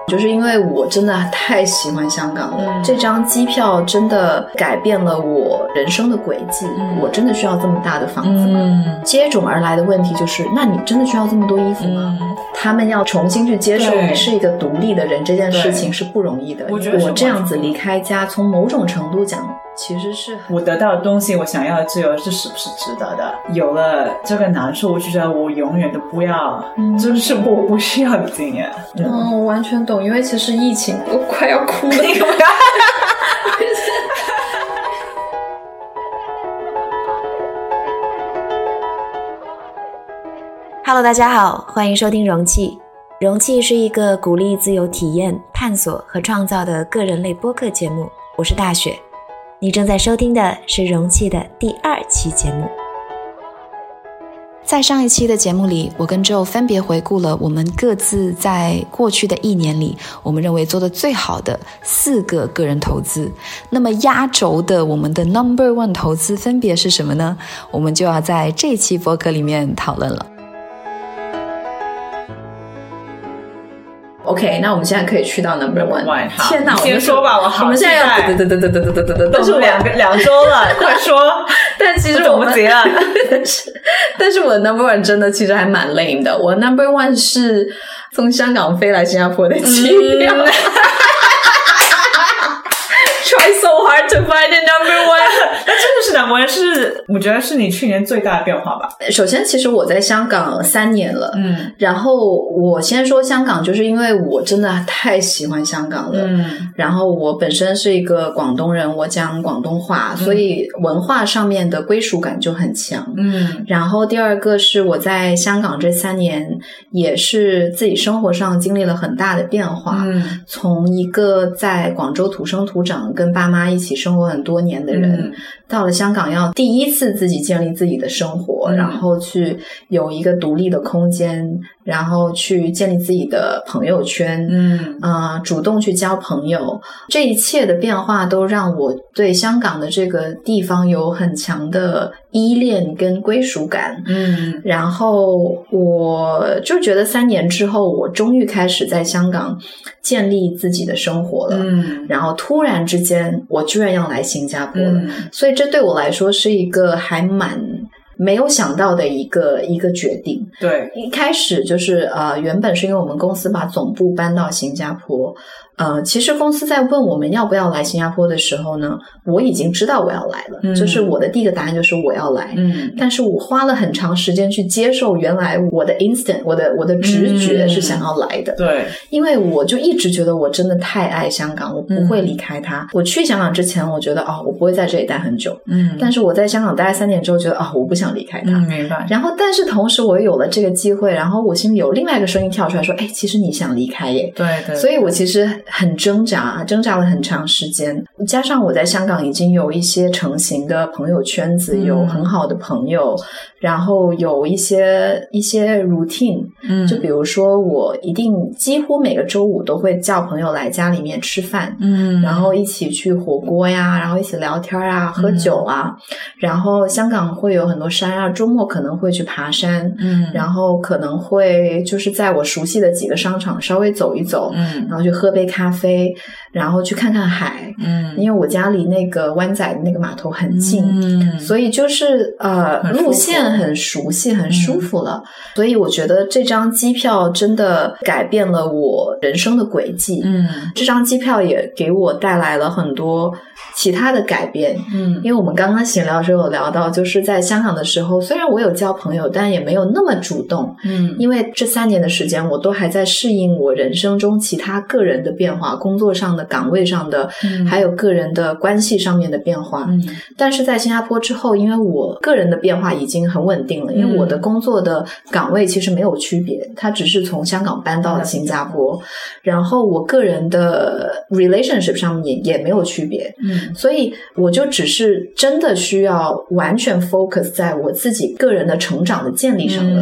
就是因为我真的太喜欢香港了，这张机票真的改变了我人生的轨迹，我真的需要这么大的房子吗？接踵而来的问题就是，那你真的需要这么多衣服吗？他们要重新去接受你是一个独立的人，这件事情是不容易的。我这样子离开家，从某种程度讲其实是我得到的东西，我想要的自由，这是不是值得的？有了这个难处，我就觉得我永远都不要，这是我不需要的经验。 我完全懂，因为其实疫情我快要哭了。 Hello， 大家好，欢迎收听容器。容器是一个鼓励自由体验、探索和创造的个人类播客节目，我是大雪。你正在收听的是容器的第2期节目。在上一期的节目里，我跟 Joe 分别回顾了我们各自在过去的1年里我们认为做的最好的4个个人投资。那么压轴的我们的 No.1 投资分别是什么呢？我们就要在这期播客里面讨论了。 OK， 那我们现在可以去到 No.1。天哪， 先说吧，我好期待。 我们现在要都是两周了，快说。 但其实我们急了。 但是我的 No.1 真的其实还蛮 lame 的。我 No.1 是从香港飞来新加坡的机票。Try so hard to find a No.1。 那真的是No.1，是我觉得是你去年最大的变化吧。 首先其实我在香港3年了，然后我先说香港，就是因为我真的太喜欢香港了，然后我本身是一个广东人，我讲广东话，所以文化上面的归属感就很强，然后第二个是我在香港这3年也是自己生活上经历了很大的变化，从一个在广州土生土长跟爸妈一起生活很多年的人，到了香港要第一次自己建立自己的生活，然后去有一个独立的空间，然后去建立自己的朋友圈，主动去交朋友，这一切的变化都让我对香港的这个地方有很强的依恋跟归属感，然后我就觉得3年之后，我终于开始在香港建立自己的生活了，然后突然之间我居然要来新加坡了，所以这对我来说是一个还蛮没有想到的一个决定。 对， 一开始就是原本是因为我们公司把总部搬到新加坡，其实公司在问我们要不要来新加坡的时候呢，我已经知道我要来了，就是我的第一个答案就是我要来，但是我花了很长时间去接受原来我的 instinct， 我的直觉是想要来的， 对， 因为我就一直觉得我真的太爱香港，我不会离开它。我去香港之前，我觉得我不会在这里待很久，但是我在香港待3年之后，觉得我不想离开它， 明白。 然后，但是同时我有了这个机会，然后我心里有另外一个声音跳出来说，其实你想离开耶， 对， 所以我其实很挣扎了很长时间，加上我在香港已经有一些成型的朋友圈子，有很好的朋友，然后有一些 routine，就比如说我一定几乎每个周五都会叫朋友来家里面吃饭，然后一起去火锅呀，然后一起聊天啊，喝酒啊，然后香港会有很多山啊，周末可能会去爬山，然后可能会就是在我熟悉的几个商场稍微走一走，然后去喝杯咖啡，然后去看看海，因为我家离那个湾仔的那个码头很近，所以就是路线很熟悉，很舒服了，所以我觉得这张机票真的改变了我人生的轨迹，这张机票也给我带来了很多其他的改变，因为我们刚刚闲聊的时候有聊到，就是在香港的时候，虽然我有交朋友，但也没有那么主动，因为这3年的时间我都还在适应我人生中其他个人的变化，工作上的岗位上的，还有个人的关系上面的变化，但是在新加坡之后，因为我个人的变化已经很稳定了，因为我的工作的岗位其实没有区别，它只是从香港搬到了新加坡，然后我个人的 relationship 上面也没有区别，所以我就只是真的需要完全 focus 在我自己个人的成长的建立上了，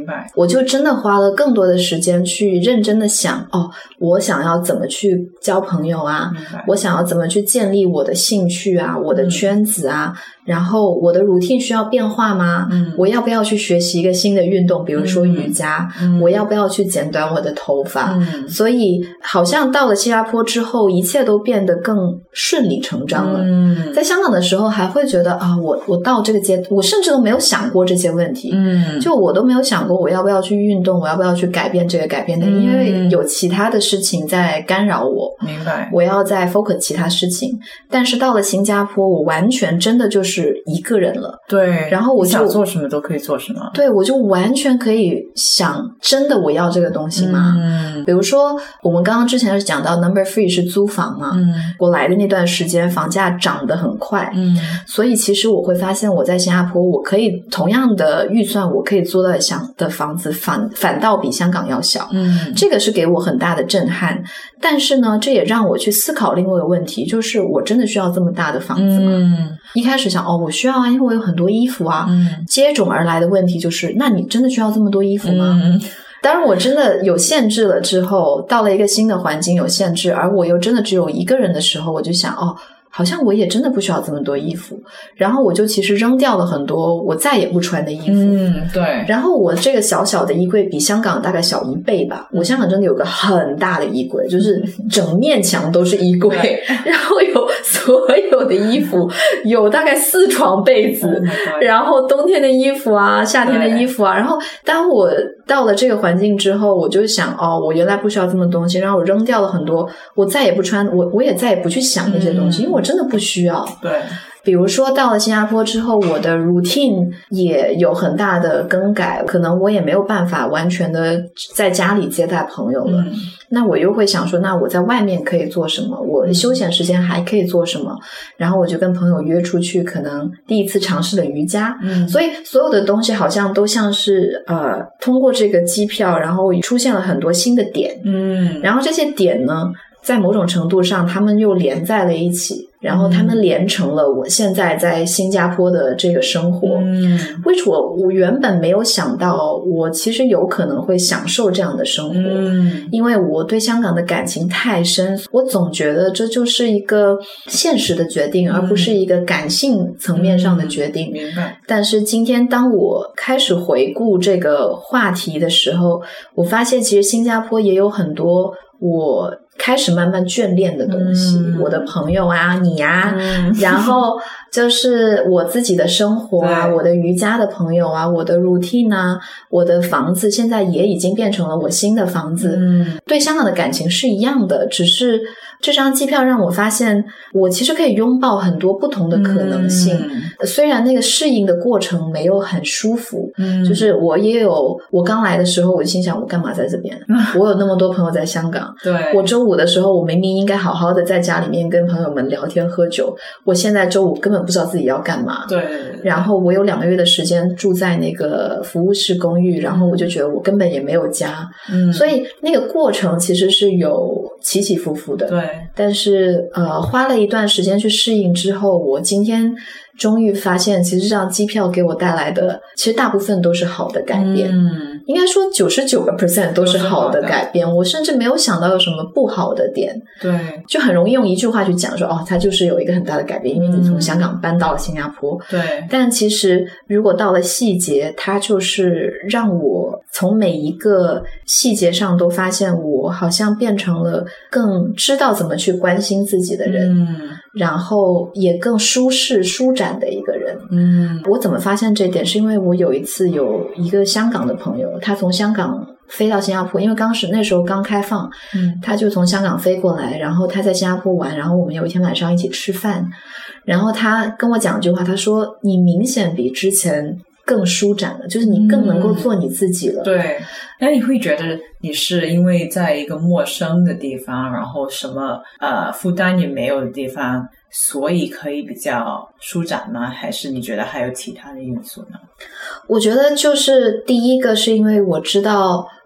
明白。 我就真的花了更多的时间去认真的想，我想要怎么去交朋友啊，我想要怎么去建立我的兴趣啊，我的圈子啊，然后我的 routine 需要变化吗？我要不要去学习一个新的运动，比如说瑜伽，我要不要去剪短我的头发？所以好像到了新加坡之后，一切都变得更顺理成章了。在香港的时候还会觉得我到这个阶段，我甚至都没有想过这些问题。就我都没有想过我要不要去运动，我要不要去改变这个改变的，因为有其他的事情在干扰我。 明白。 我要再 focus 其他事情。但是到了新加坡，我完全真的就是一个人了。 对。 然后我就想做什么都可以做什么。 对，我就完全可以想，真的我要这个东西吗？比如说我们刚刚之前是讲到 number 3是租房嘛。我来的那段时间房价涨得很快。所以其实我会发现我在新加坡，我可以同样的预算，我可以租到的房子反倒比香港要小。这个是给我很大的震撼。但是呢，这也让我去思考另外一个问题，就是我真的需要这么大的房子吗？一开始想我需要啊，因为我有很多衣服啊。接踵而来的问题就是，那你真的需要这么多衣服吗？当然我真的有限制了之后，到了一个新的环境有限制，而我又真的只有一个人的时候，我就想好像我也真的不需要这么多衣服，然后我就其实扔掉了很多我再也不穿的衣服。 对。 然后我这个小小的衣柜比香港大概小1倍吧。我香港真的有个很大的衣柜，就是整面墙都是衣柜，然后有所有的衣服，有大概4床被子，然后冬天的衣服啊，夏天的衣服啊。然后当我到了这个环境之后，我就想我原来不需要这么多东西，然后我扔掉了很多，我再也不穿，我也再也不去想那些东西，因为我真的不需要。 对。 比如说到了新加坡之后，我的 routine 也有很大的更改，可能我也没有办法完全的在家里接待朋友了。那我又会想说，那我在外面可以做什么？我休闲时间还可以做什么？然后我就跟朋友约出去，可能第一次尝试了瑜伽。所以所有的东西好像都像是通过这个机票，然后出现了很多新的点。然后这些点呢，在某种程度上他们又连在了一起，然后他们连成了我现在在新加坡的这个生活。which 我原本没有想到我其实有可能会享受这样的生活。因为我对香港的感情太深，我总觉得这就是一个现实的决定，而不是一个感性层面上的决定。 明白。 但是今天当我开始回顾这个话题的时候，我发现其实新加坡也有很多我开始慢慢眷恋的东西。我的朋友啊，你啊，然后就是我自己的生活啊，我的瑜伽的朋友啊，我的 routine 啊，我的房子现在也已经变成了我新的房子。对香港的感情是一样的，只是这张机票让我发现我其实可以拥抱很多不同的可能性。虽然那个适应的过程没有很舒服。就是我刚来的时候，我就心想我干嘛在这边？我有那么多朋友在香港。 对。 我周5的时候，我明明应该好好的在家里面跟朋友们聊天喝酒，我现在周5根本不知道自己要干嘛。 对。 然后我有2个月的时间住在那个服务式公寓，然后我就觉得我根本也没有家。所以那个过程其实是有起起伏伏的。 对。 但是花了一段时间去适应之后，我今天终于发现其实这张机票给我带来的其实大部分都是好的改变。应该说99% 都是好的改变。我甚至没有想到有什么不好的点。 对。 就很容易用一句话去讲说它就是有一个很大的改变，因为你从香港搬到了新加坡。 对。 但其实如果到了细节，它就是让我从每一个细节上都发现我好像变成了更知道怎么去关心自己的人。然后也更舒适舒展的一个人。我怎么发现这点，是因为我有一次有一个香港的朋友，他从香港飞到新加坡，因为那时候刚开放。他就从香港飞过来，然后他在新加坡玩，然后我们有一天晚上一起吃饭，然后他跟我讲一句话，他说你明显比之前更舒展了，就是你更能够做你自己了。 对。那你会觉得你是因为在一个陌生的地方，然后什么负担也没有的地方，所以可以比较舒展吗？还是你觉得还有其他的因素呢？ 我觉得就是第一个是因为我知道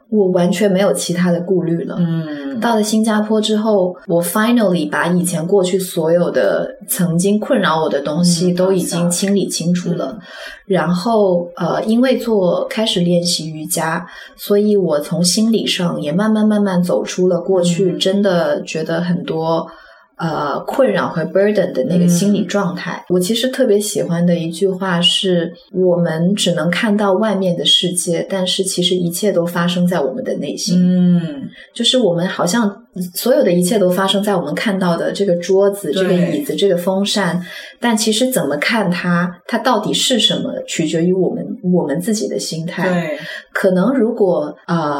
我完全没有其他的顾虑了。到了新加坡之后，我 finally 把以前过去所有的曾经困扰我的东西都已经清理清楚了。然后因为开始练习瑜伽，所以我从心理上也慢慢走出了过去真的觉得很多困扰和 burden 的那个心理状态。我其实特别喜欢的一句话是，我们只能看到外面的世界，但是其实一切都发生在我们的内心。就是我们好像所有的一切都发生在我们看到的这个桌子、这个椅子、这个风扇，但其实怎么看它到底是什么，取决于我们自己的心态。 对， 可能如果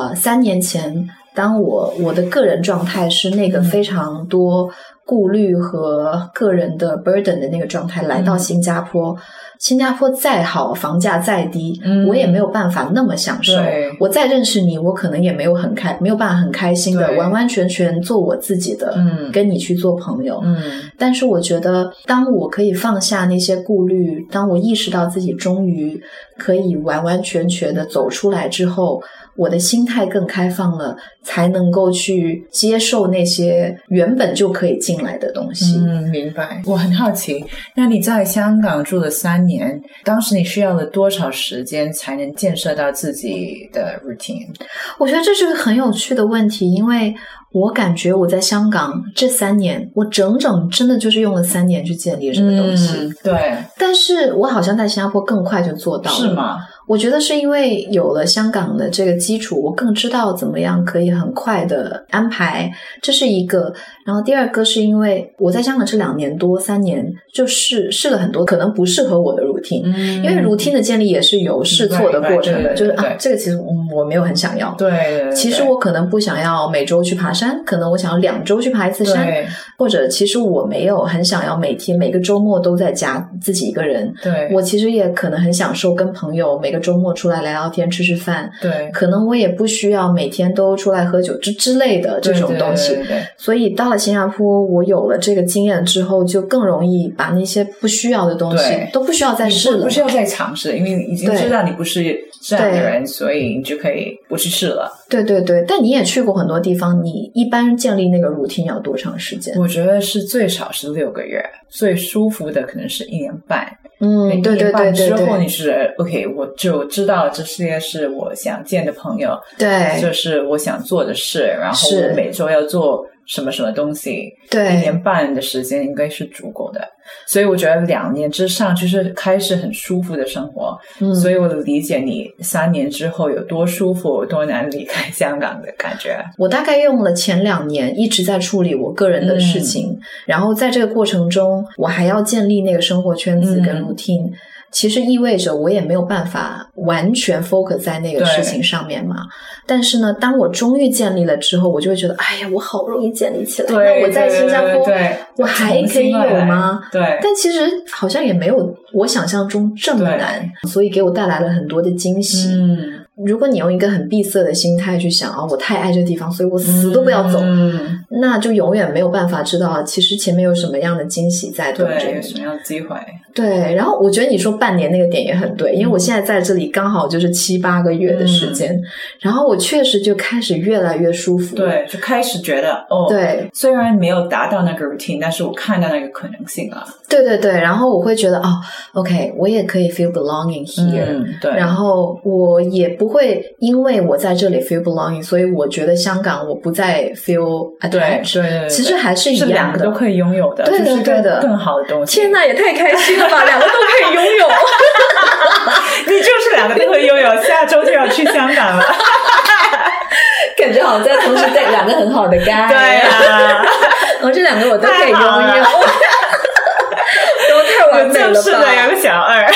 3年前当我的个人状态是那个非常多顾虑和个人的 burden 的那个状态，来到新加坡再好，房价再低，我也没有办法那么享受。我再认识你，我可能也没有办法很开心的完完全全做我自己的，跟你去做朋友。但是我觉得当我可以放下那些顾虑，当我意识到自己终于可以完完全全的走出来之后，我的心态更开放了，才能够去接受那些原本就可以进来的东西。 明白。我很好奇，那你在香港住了3年，当时你需要了多少时间才能建设到自己的 routine？ 我觉得这是个很有趣的问题，因为我感觉我在香港这3年，我整真的就是用了3年去建立这个东西。 对。 但是我好像在新加坡更快就做到了。 是吗？ 我觉得是因为有了香港的这个基础，我更知道怎么样可以很快的安排，这是一个。然后第二个是因为我在香港这2年多3年就试了很多可能不适合我的 routine，因为 routine 的建立也是有试错的过程的，就是这个其实我没有很想要。 对， 其实我可能不想要每周去爬山，可能我想要2周去爬一次山，或者其实我没有很想要每个周末都在家自己一个人。 对， 我其实也可能很享受跟朋友每个周末出来聊聊天、吃饭。 对， 可能我也不需要每天都出来喝酒之类的这种东西。 对， 所以到了新加坡，我有了这个经验之后，就更容易把那些不需要的东西都不需要再试了， 不需要再尝试，因为你已经知道你不是这样的人，所以你就可以不去试了。 对，但你也去过很多地方，你一般建立那个 routine 要多长时间？ 我觉得是最少是6个月，最舒服的可能是1年半。 对， 之后你是 OK， 我就知道这些是我想见的朋友， 对， 这是我想做的事，然后我每周要做什么东西， 对 ，1年半的时间应该是足够的。所以我觉得2年之上就是开始很舒服的生活。所以我理解你3年之后有多舒服，多难离开香港的感觉。 我大概用了前2年一直在处理我个人的事情，然后在这个过程中我还要建立那个生活圈子跟 routine，其实意味着我也没有办法完全 focus 在那个事情上面嘛。但是呢，当我终于建立了之后，我就会觉得哎呀，我好不容易建立起来，那我在新加坡我还可以有吗？ 对， 但其实好像也没有我想象中这么难，所以给我带来了很多的惊喜。如果你用一个很闭塞的心态去想我太爱这地方，所以我死都不要走，那就永远没有办法知道其实前面有什么样的惊喜在等着你， 有什么样的机会。 对，然后我觉得你说半年那个点也很对，因为我现在在这里刚好就是7-8个月的时间，然后我确实就开始越来越舒服。 对，就开始觉得对，虽然没有达到那个 routine， 但是我看到那个可能性了。对， 然后我会觉得OK， 我也可以 feel belonging here。 对， 然后我也不会因为我在这里 feel belonging， 所以我觉得香港我不再 feel attached。 对， 其实还是一样的， 是2个都可以拥有的， 对的， 更好的东西。 天哪，也太开心了吧！2个都可以拥有。 你就是2个都可以拥有，下周就要去香港了。 感觉好像在同时带2个很好的 guy。 对啊， 这2个我都可以拥有。都太完美了吧！ 就是的，有个小2。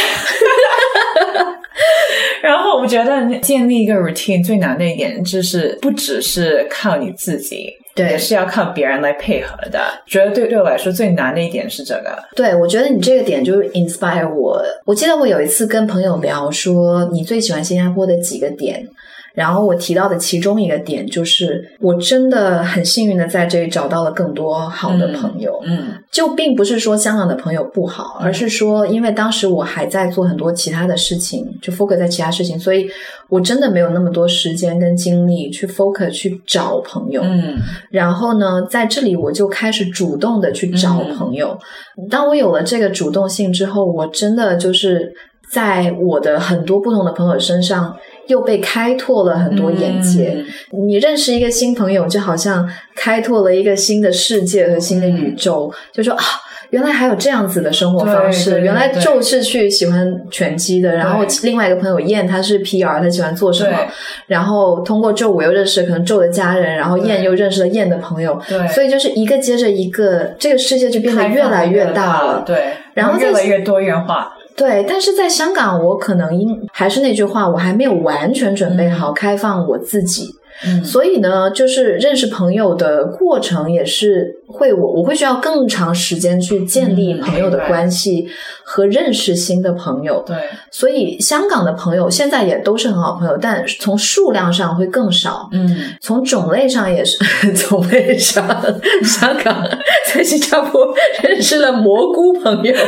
然后我觉得建立一个 routine 最难的一点就是不只是靠你自己，也是要靠别人来配合的。觉得对我来说最难的一点是这个。对， 我觉得你这个点就是 inspire 我。我记得我有一次跟朋友聊说你最喜欢新加坡的几个点， 然后我提到的其中一个点就是我真的很幸运的在这里找到了更多好的朋友，就并不是说香港的朋友不好，而是说因为当时我还在做很多其他的事情，就 focus 在其他事情，所以我真的没有那么多时间跟精力去 focus 去找朋友，然后呢在这里我就开始主动的去找朋友，当我有了这个主动性之后，我真的就是在我的很多不同的朋友身上又被开拓了很多眼界，你认识一个新朋友就好像开拓了一个新的世界和新的宇宙，就说啊，原来还有这样子的生活方式， 对， 原来宙是去喜欢拳击的，然后另外一个朋友燕他是 PR， 他喜欢做什么，然后通过宙我又认识可能宙的家人，然后燕又认识了燕的朋友，对，所以就是一个接着一个，这个世界就变得越来越大了， 对， 然后越来越多元化。 对，但是在香港我可能还是那句话，我还没有完全准备好开放我自己，所以呢就是认识朋友的过程也是我会需要更长时间去建立朋友的关系和认识新的朋友，对，所以香港的朋友现在也都是很好朋友，但从数量上会更少，从种类上也是种类上香港在新加坡认识了蘑菇朋友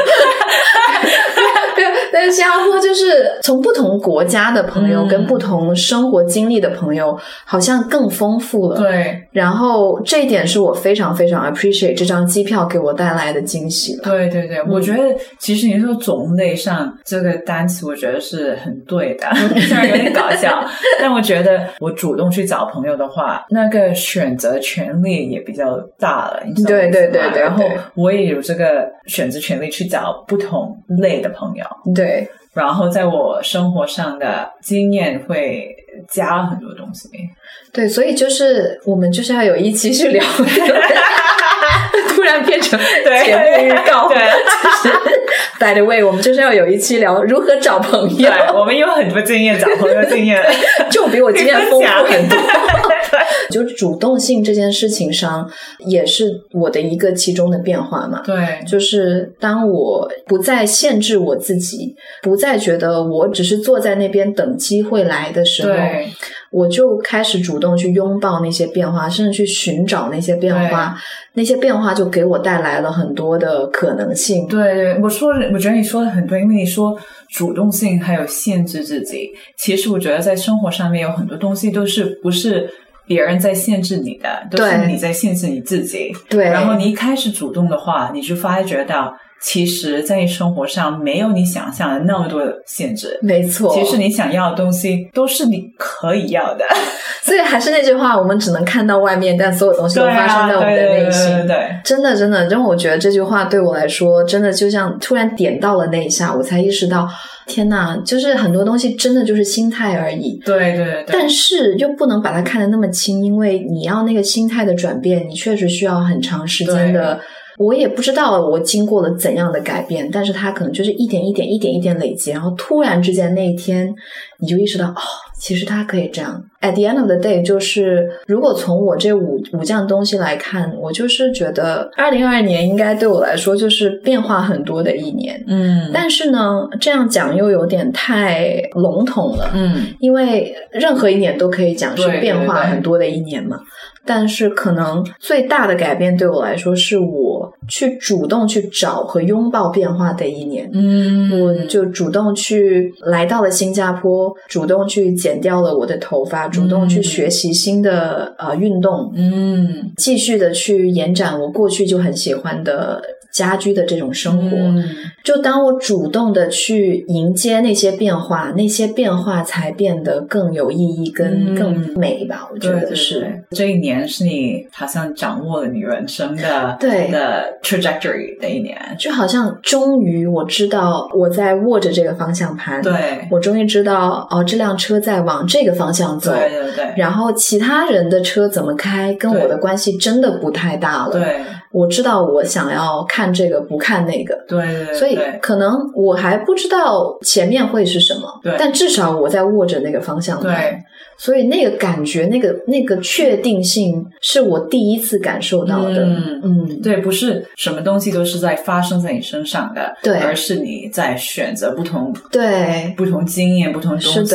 但是新加坡就是从不同国家的朋友跟不同生活经历的朋友好像更丰富了，对，然后这一点是我非常非常 appreciate 这张机票给我带来的惊喜了。 对对对，我觉得其实你说种类上这个单词我觉得是很对的虽然有点搞笑但我觉得我主动去找朋友的话，那个选择权利也比较大了，你知道吗？对对对对，然后我也有这个选择权利去找不同类的朋友，对，然后在我生活上的经验会加很多东西。 对，所以就是我们就是要有一期去聊突然变成节目预告，对，就是 by the way 我们就是要有一期聊如何找朋友， 对，我们有很多经验，找朋友经验就比我经验丰富很多就主动性这件事情上也是我的一个其中的变化嘛，对，就是当我不再限制我自己，不再觉得我只是坐在那边等机会来的时候，对，我就开始主动去拥抱那些变化，甚至去寻找那些变化，那些变化就给我带来了很多的可能性。 对，我觉得你说的很对，因为你说主动性还有限制自己，其实我觉得在生活上面有很多东西都是不是别人在限制你的，都是你在限制你自己。对，然后你一开始主动的话，你就发觉到其实在你生活上没有你想象的那么多的限制，没错，其实你想要的东西都是你可以要的所以还是那句话，我们只能看到外面，但所有东西都发生在我们的内心。对，真的真的，因为我觉得这句话对我来说真的就像突然点到了那一下，我才意识到天哪，就是很多东西真的就是心态而已。对对对，但是又不能把它看得那么轻，因为你要那个心态的转变，你确实需要很长时间的，我也不知道我经过了怎样的改变，但是它可能就是一点一点一点一点累积，然后突然之间那一天你就意识到哦，其实它可以这样。At the end of the day 就是如果从我这五件东西来看，我就是觉得2022年应该对我来说就是变化很多的一年。但是呢这样讲又有点太笼统了。因为任何一年都可以讲是变化很多的一年嘛。但是可能最大的改变对我来说是我去主动去找和拥抱变化的一年。我就主动去来到了新加坡，主动去剪掉了我的头发，主动去学习新的运动，继续的去延展我过去就很喜欢的家居的这种生活。就当我主动的去迎接那些变化，那些变化才变得更有意义跟更美吧，我觉得是。对对对， 这一年是你好像掌握了你人生的trajectory 的一年， 就好像终于我知道我在握着这个方向盘，对，我终于知道这辆车在往这个方向走，对对对，然后其他人的车怎么开跟我的关系真的不太大了，对，我知道我想要看这个不看那个，对对对，所以可能我还不知道前面会是什么，对，但至少我在握着那个方向盘，对，所以那个感觉那个确定性是我第一次感受到的。 对，不是什么东西都是在发生在你身上的，对，而是你在选择不同经验不同东西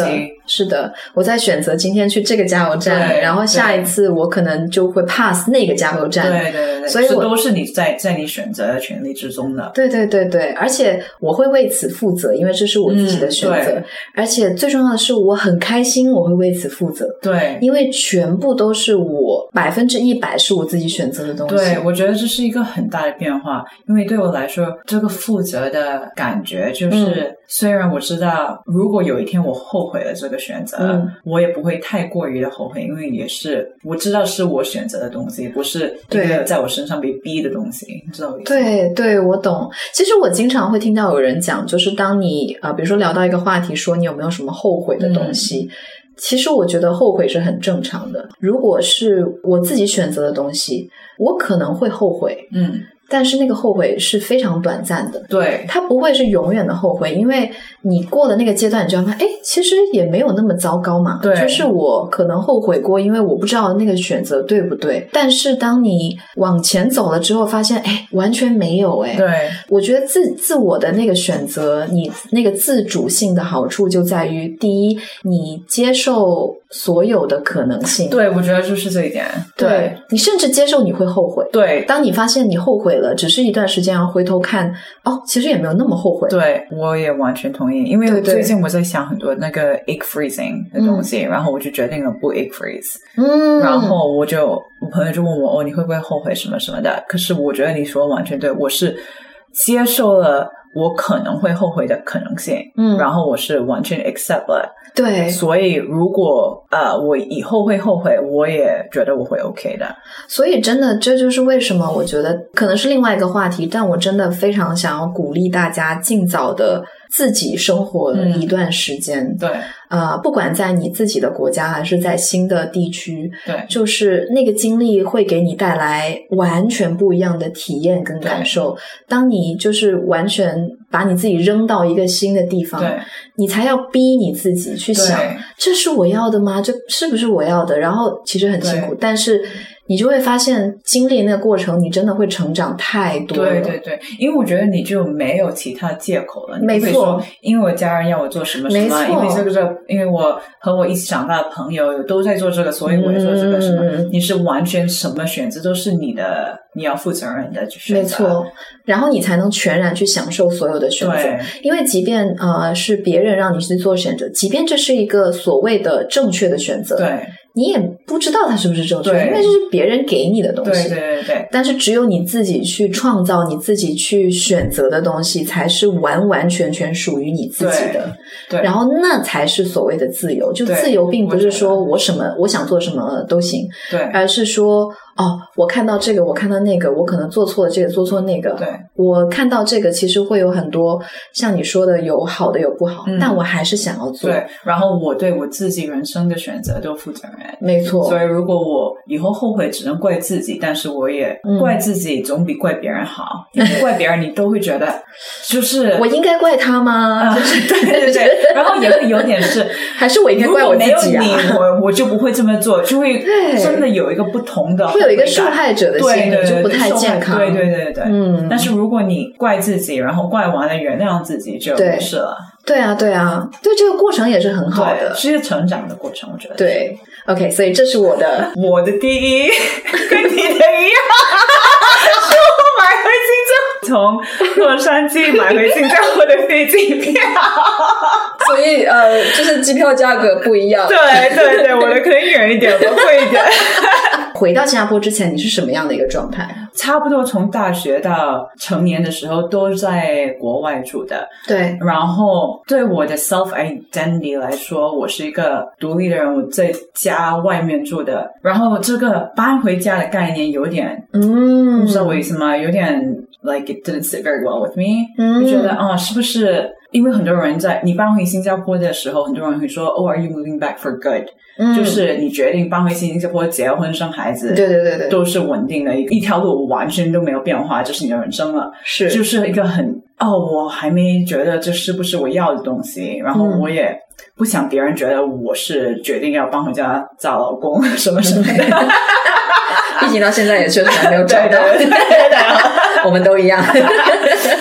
是的，我在选择今天去这个加油站，然后下一次我可能就会 pass 那个加油站。 对对对对， 所以这都是你在你选择的权利之中的。 对对对对，而且我会为此负责，因为这是我自己的选择。而且最重要的是，我很开心，我会为此负责。 对， 因为全部都是我100%是我自己选择的东西。 对，我觉得这是一个很大的变化，因为对我来说，这个负责的感觉就是，虽然我知道如果有一天我后悔了这个选择，我也不会太过于的后悔，因为也是我知道是我选择的东西，不是一个在我身上被逼的东西，你知道我意思？ 对对，我懂。其实我经常会听到有人讲，就是当你比如说聊到一个话题，说你有没有什么后悔的东西，其实我觉得后悔是很正常的。如果是我自己选择的东西，我可能会后悔，但是那个后悔是非常短暂的， 对， 它不会是永远的后悔，因为你过了那个阶段，你就要发现，其实也没有那么糟糕嘛。 对， 就是我可能后悔过，因为我不知道那个选择对不对。但是当你往前走了之后，发现，完全没有， 对， 我觉得自我的那个选择，你那个自主性的好处就在于，第一，你接受所有的可能性。 对，我觉得就是这一点。 对，你甚至接受你会后悔。 对， 当你发现你后悔了，只是一段时间要回头看，其实也没有那么后悔。 对，我也完全同意，因为最近我在想很多那个 egg freezing 的东西，然后我就决定了不 egg freeze。然后我朋友就问我，你会不会后悔什么什么的？可是我觉得你说完全对，我是接受了我可能会后悔的可能性，然后我是完全 accept 了。 对， 所以如果我以后会后悔，我也觉得我会 OK 的。 所以真的，这就是为什么我觉得可能是另外一个话题，但我真的非常想要鼓励大家尽早的自己生活一段时间。 对， 不管在你自己的国家还是在新的地区， 对， 就是那个经历会给你带来完全不一样的体验跟感受。当你就是完全把你自己扔到一个新的地方， 对， 你才要逼你自己去想，这是我要的吗？这是不是我要的？然后其实很辛苦，但是你就会发现经历那个过程，你真的会成长太多了。 对对对，因为我觉得你就没有其他借口了。 没错， 因为我家人要我做什么什么，因为这个，因为我和我一起长大的朋友都在做这个，所以我也做这个什么。你是完全什么选择都是你要负责任的选择。 没错，然后你才能全然去享受所有的选择。因为即便是别人让你去做选择，即便这是一个所谓的正确的选择， 对， 你也不知道它是不是正确，因为这是别人给你的东西。 对对对对。 但是只有你自己去创造，你自己去选择的东西，才是完完全全属于你自己的。 对。 然后那才是所谓的自由。就自由并不是说我想做什么都行， 对， 而是说我看到这个，我看到那个，我可能做错了这个，做错那个。 对， 我看到这个，其实会有很多像你说的，有好的有不好，但我还是想要做。 对，然后我对我自己人生的选择都负责任。 没错。 所以如果我以后后悔，只能怪自己，但是我也怪自己总比怪别人好。因为怪别人，你都会觉得就是我应该怪他吗？ 对对对。然后也会有点是， 还是我应该怪我自己啊？ 如果没有你，我就不会这么做，就会真的有一个不同的。 有一个受害者的心理，就不太健康。 对对对对，但是如果你怪自己，然后怪完了原谅自己，就没事了。 对啊，对啊，对，这个过程也是很好的， 是一个成长的过程，我觉得。 对 ，OK， 所以这是我的第一，跟你的一样，是我买回新加坡，从洛杉矶买回新加坡的飞机票。 所以就是机票价格不一样。 对对对，我的可能远一点，我贵一点。 回到新加坡之前，你是什么样的一个状态？ 差不多从大学到成年的时候都在国外住的。 对， 然后对我的 self identity 来说，我是一个独立的人，我在家外面住的。然后这个搬回家的概念有点，你知道我意思吗？有点 like it didn't sit very well with me。就觉得是不是？因为很多人你搬回新加坡的时候，很多人会说，are you moving back for good？就是你决定搬回新加坡结婚生孩子， 对对对对， 都是稳定的一条路，完全都没有变化，这是你的人生了。 是， 就是一个很我还没觉得这是不是我要的东西，然后我也不想别人觉得我是决定要搬回家找老公什么什么的。毕竟到现在也确实还没有找到，我们都一样。 所以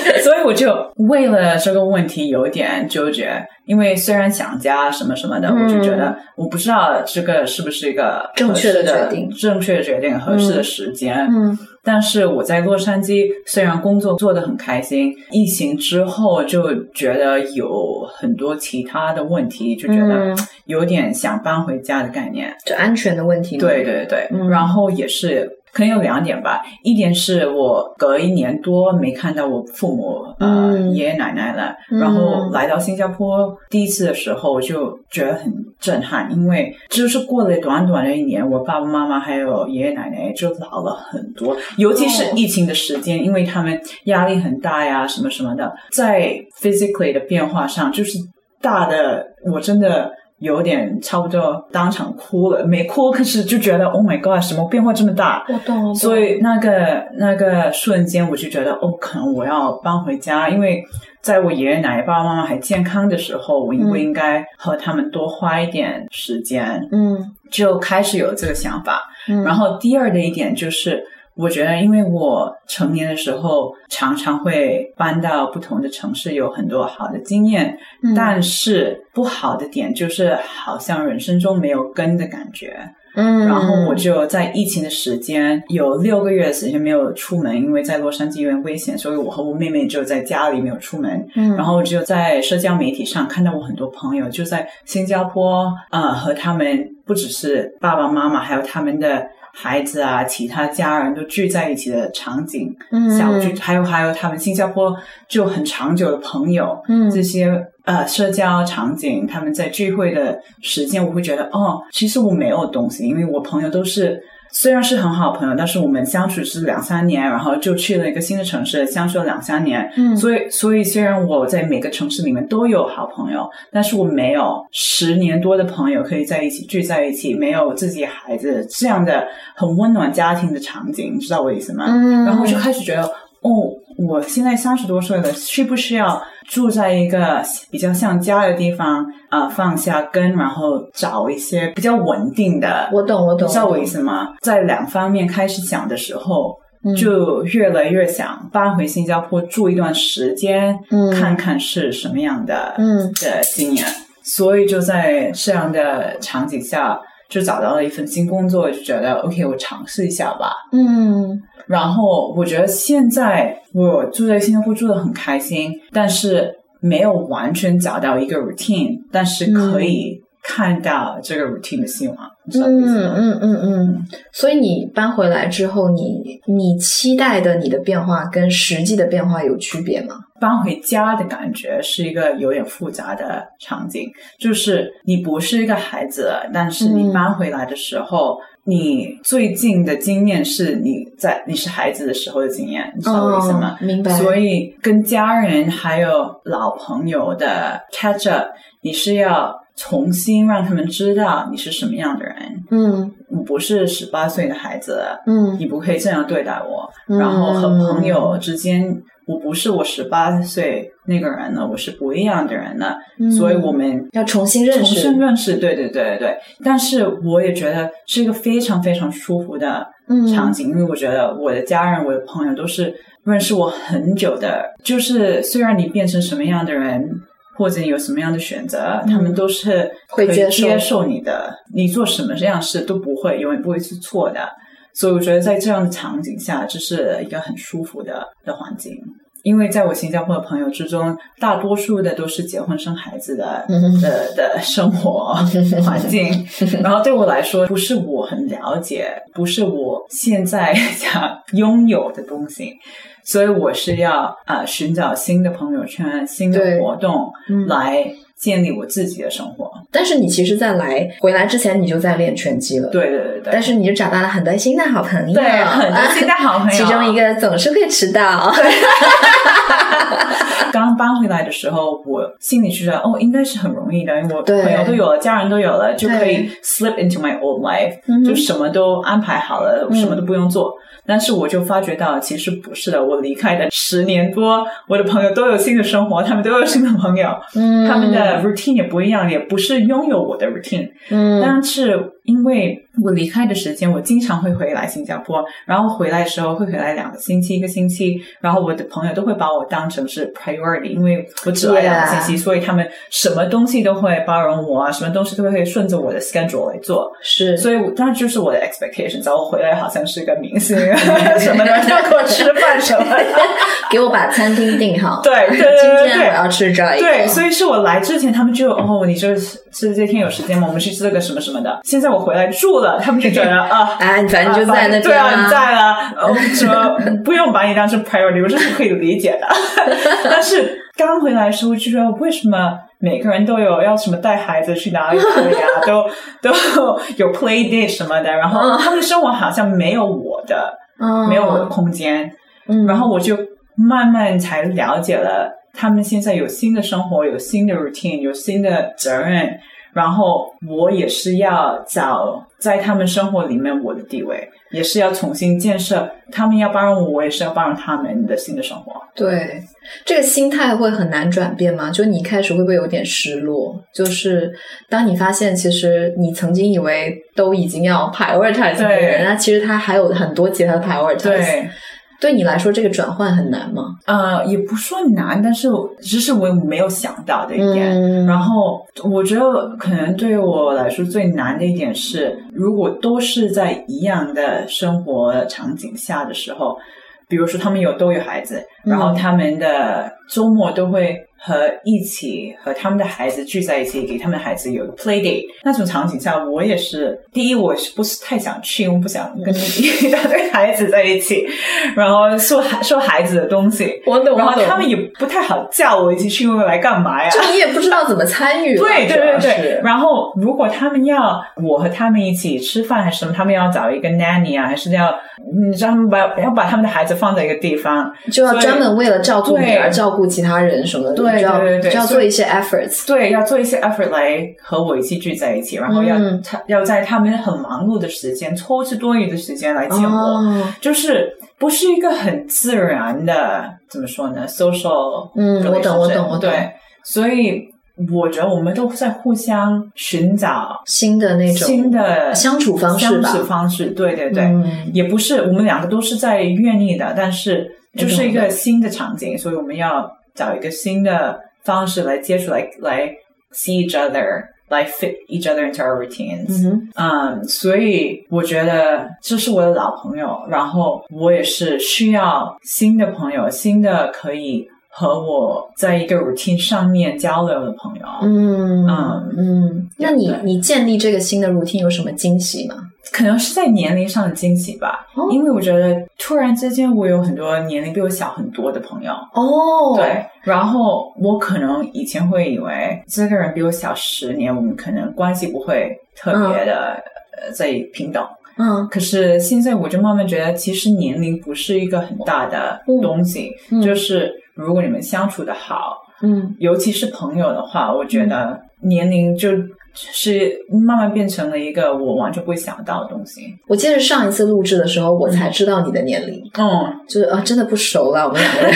我就为了这个问题有点纠结，因为虽然想家什么什么的，我就觉得我不知道这个是不是一个正确的决定合适的时间。但是我在洛杉矶虽然工作做得很开心，疫情之后就觉得有很多其他的问题，就觉得有点想搬回家的概念， 就安全的问题。 对对对，然后也是可能有2点吧，一点是我隔1年多没看到我父母爷爷奶奶了，然后来到新加坡第一次的时候就觉得很震撼，因为就是过了短短的1年，我爸爸妈妈还有爷爷奶奶就老了很多，尤其是疫情的时间，因为他们压力很大呀什么什么的，在 physically 的变化上就是大的，我真的有点差不多当场哭了，没哭，可是就觉得 Oh my God 什么变化这么大。 我懂。 所以那个瞬间我就觉得可能我要搬回家，因为在我爷爷奶奶爸爸妈妈还健康的时候，我应该和他们多花一点时间。就开始有这个想法。然后第二的一点就是我觉得因为我成年的时候常常会搬到不同的城市，有很多好的经验，但是不好的点就是好像人生中没有根的感觉。然后我就在疫情的时间有6个月的时间没有出门，因为在洛杉矶有点危险，所以我和我妹妹就在家里没有出门。然后就在社交媒体上看到我很多朋友就在新加坡和他们不只是爸爸妈妈还有他们的孩子啊其他家人都聚在一起的场景，下午聚，还有他们新加坡就很长久的朋友，这些社交场景，他们在聚会的时间，我会觉得其实我没有东西，因为我朋友都是虽然是很好朋友，但是我们相处是2-3年，然后就去了一个新的城市，相处了2-3年。所以虽然我在每个城市里面都有好朋友，但是我没有10年多的朋友可以在一起聚在一起，没有自己孩子这样的很温暖家庭的场景，你知道我意思吗？然后我就开始觉得我现在30多岁了，需不需要住在一个比较像家的地方放下根，然后找一些比较稳定的。 我懂你知道我意思吗？在2方面开始想的时候，就越来越想搬回新加坡住一段时间，看看是什么样的经验。所以就在这样的场景下就找到了一份新工作，就觉得 OK 我尝试一下吧。然后我觉得现在我住在新加坡住得很开心，但是没有完全找到一个 routine， 但是可以看到这个 routine 的希望，你知道意思吗？ 所以你搬回来之后，你期待的你的变化跟实际的变化有区别吗？ 搬回家的感觉是一个有点复杂的场景，就是你不是一个孩子了，但是你搬回来的时候，你最近的经验是你是孩子的时候的经验，你知道我意思吗？ 明白。 所以跟家人还有老朋友的 catch up， 你是要重新让他们知道你是什么样的人。我不是18岁的孩子了，你不可以这样对待我。然后和朋友之间，我不是我18岁那个人了，我是不一样的人了。所以我们要重新认识。 对对对对。但是我也觉得是一个非常非常舒服的场景，因为我觉得我的家人我的朋友都是认识我很久的，就是虽然你变成什么样的人或者你有什么样的选择，他们都是可以接受你的，你做什么这样事都不会永远不会是错的。所以我觉得在这样的场景下，这是一个很舒服的环境。因为在我新加坡的朋友之中，大多数的都是结婚生孩子的生活环境，然后对我来说不是我很了解，不是我现在想拥有的东西，所以我是要寻找新的朋友圈、新的活动来建立我自己的生活。 但是你其实在回来之前你就在练拳击了。 对对对对。 但是你就找到了很多新的好朋友。 对，很多新的好朋友。 其中一个总是会迟到。 刚搬回来的时候，我心里觉得应该是很容易的，因为我朋友都有了，家人都有了，就可以 slip into my old life，就什么都安排好了，什么都不用做。但是我就发觉到其实不是的，我离开的10年多，我的朋友都有新的生活，他们都有新的朋友，他们的的 routine 也不一样，也不是拥有我的 routine。但是因为我离开的时间，我经常会回来新加坡，然后回来的时候会回来2个星期、1个星期，然后我的朋友都会把我当成是 priority， 因为我只来2个星期，所以他们什么东西都会包容我啊，什么东西都会顺着我的 schedule 来做。 是， 所以当然就是我的 expectation， 找我回来好像是个明星什么的，要给我吃饭什么的， 给我把餐厅订好。 对， 今天我要吃这一个。 对，所以是我来之前，他们就你这天有时间吗？我们去吃这个什么什么的。现在我回来住了，他们就觉得你反正就在那边对啊，你在了，什么不用把你当成 priority， 我这是可以理解的。但是刚回来的时候就觉得，为什么每个人都有要什么带孩子去哪里可以啊，都有 play date 什么的，然后他们的生活好像没有我的空间，然后我就慢慢才了解了，他们现在有新的生活，有新的 routine， 有新的责任，然后我也是要找在他们生活里面我的地位，也是要重新建设，他们要包容我，我也是要包容他们的新的生活。 对，这个心态会很难转变吗？就你一开始会不会有点失落？就是当你发现其实你曾经以为都已经要 prioritize 的人，那其实他还有很多其他的 prioritize。对你来说这个转换很难吗？ 也不说难，但是只是我没有想到的一点。然后我觉得可能对于我来说最难的一点是，如果都是在一样的生活场景下的时候，比如说他们都有孩子，然后他们的周末都会一起和他们的孩子聚在一起，给他们的孩子有 play date， 那种场景下我也是，第一我是不是太想去，我不想跟一大堆孩子在一起，然后说孩子的东西， 我懂， 然后他们也不太好叫我一起去，来干嘛呀？ 就你也不知道怎么参与。 对。然后如果他们要我和他们一起吃饭还是什么，他们要找一个 nanny 啊，还是要让他们要把他们的孩子放在一个地方， 就要专门为了照顾你而照顾其他人什么的。 对， 就要做一些 efforts。 对，要做一些 effort 来和我一起聚在一起，然后要在他们很忙碌的时间抽出多余的时间来见我，就是不是一个很自然的怎么说呢 social。 我懂。 对，所以我觉得我们都在互相寻找新的相处方式吧。 对，也不是我们2个都是在愿意的，但是就是一个新的场景，所以我们要找一个新的方式来接触，来 see each other， 来 fit each other into our routines。所以我觉得这是我的老朋友，然后我也是需要新的朋友，新的可以和我在一个 routine 上面交流的朋友。 那你建立这个新的 routine 有什么惊喜吗？ 可能是在年龄上的惊喜吧。因为我觉得突然之间我有很多年龄比我小很多的朋友。对，然后我可能以前会以为这个人比我小10年，我们可能关系不会特别的在平等。可是现在我就慢慢觉得其实年龄不是一个很大的东西，就是如果你们相处的好，尤其是朋友的话，我觉得年龄就是慢慢变成了一个我完全不会想到的东西。我记得上一次录制的时候我才知道你的年龄。就是真的不熟了我们2个人。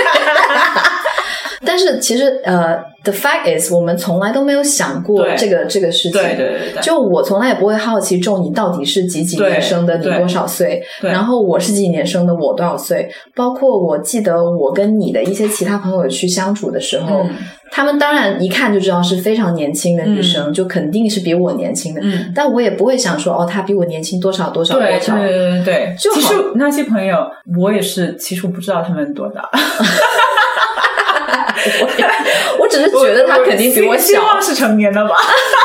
但是其实the fact is 我们从来都没有想过这个事情。 对， 就我从来也不会好奇你到底是几年生的，你多少岁，然后我是几年生的，我多少岁。包括我记得我跟你的一些其他朋友去相处的时候，他们当然一看就知道是非常年轻的女生，就肯定是比我年轻的。但我也不会想说她比我年轻多少。对， 其实那些朋友我也是，其实我不知道他们多大。 我只是觉得他肯定比我小， 希望是成年的吧。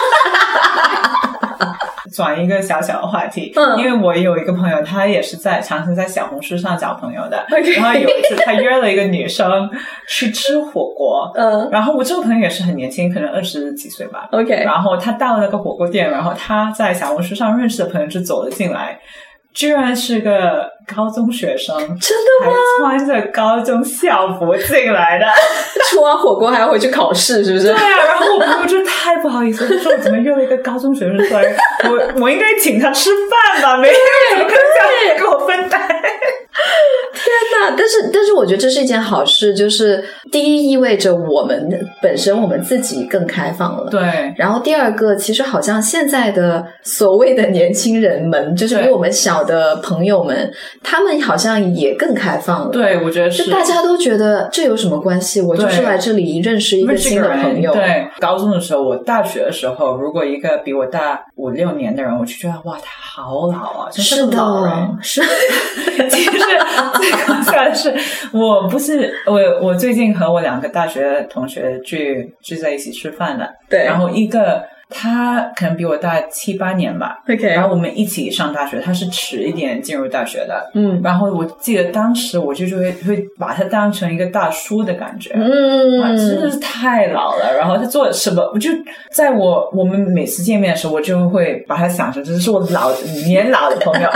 转一个小小的话题，因为我有一个朋友，他也是常常在小红书上找朋友的。然后有一次他约了一个女生去吃火锅，然后我这个朋友也是很年轻，可能20几岁吧。然后他到了那个火锅店，然后他在小红书上认识的朋友就走了进来，居然是个高中学生。 真的吗？ 还穿着高中校服进来的。 吃完火锅还要回去考试是不是？ 对啊，然后我朋友就太不好意思，就说我怎么约了一个高中学生出来，我应该请他吃饭吧，没人怎么可能这样跟我分担。 天哪！但是我觉得这是一件好事，就是第一意味着我们本身我们自己更开放了， 对。 然后第二个，其实好像现在的所谓的年轻人们，就是比我们小的朋友们，他们好像也更开放了。 对，我觉得是。 就大家都觉得这有什么关系？我就是来这里认识一个新的朋友。 对，高中的时候，我大学的时候，如果一个比我大5-6年的人，我就觉得哇，他好老啊，真是老人。 是。 其实最搞笑的是，我最近和我2个大学同学聚在一起吃饭了。 对， 然后一个他可能比我大7-8年吧。 OK， 然后我们一起上大学，他是迟一点进入大学的。 然后我记得当时我就会把他当成一个大叔的感觉。真的是太老了。然后他做什么，我就在我们每次见面的时候，我就会把他想成这是我年老的朋友。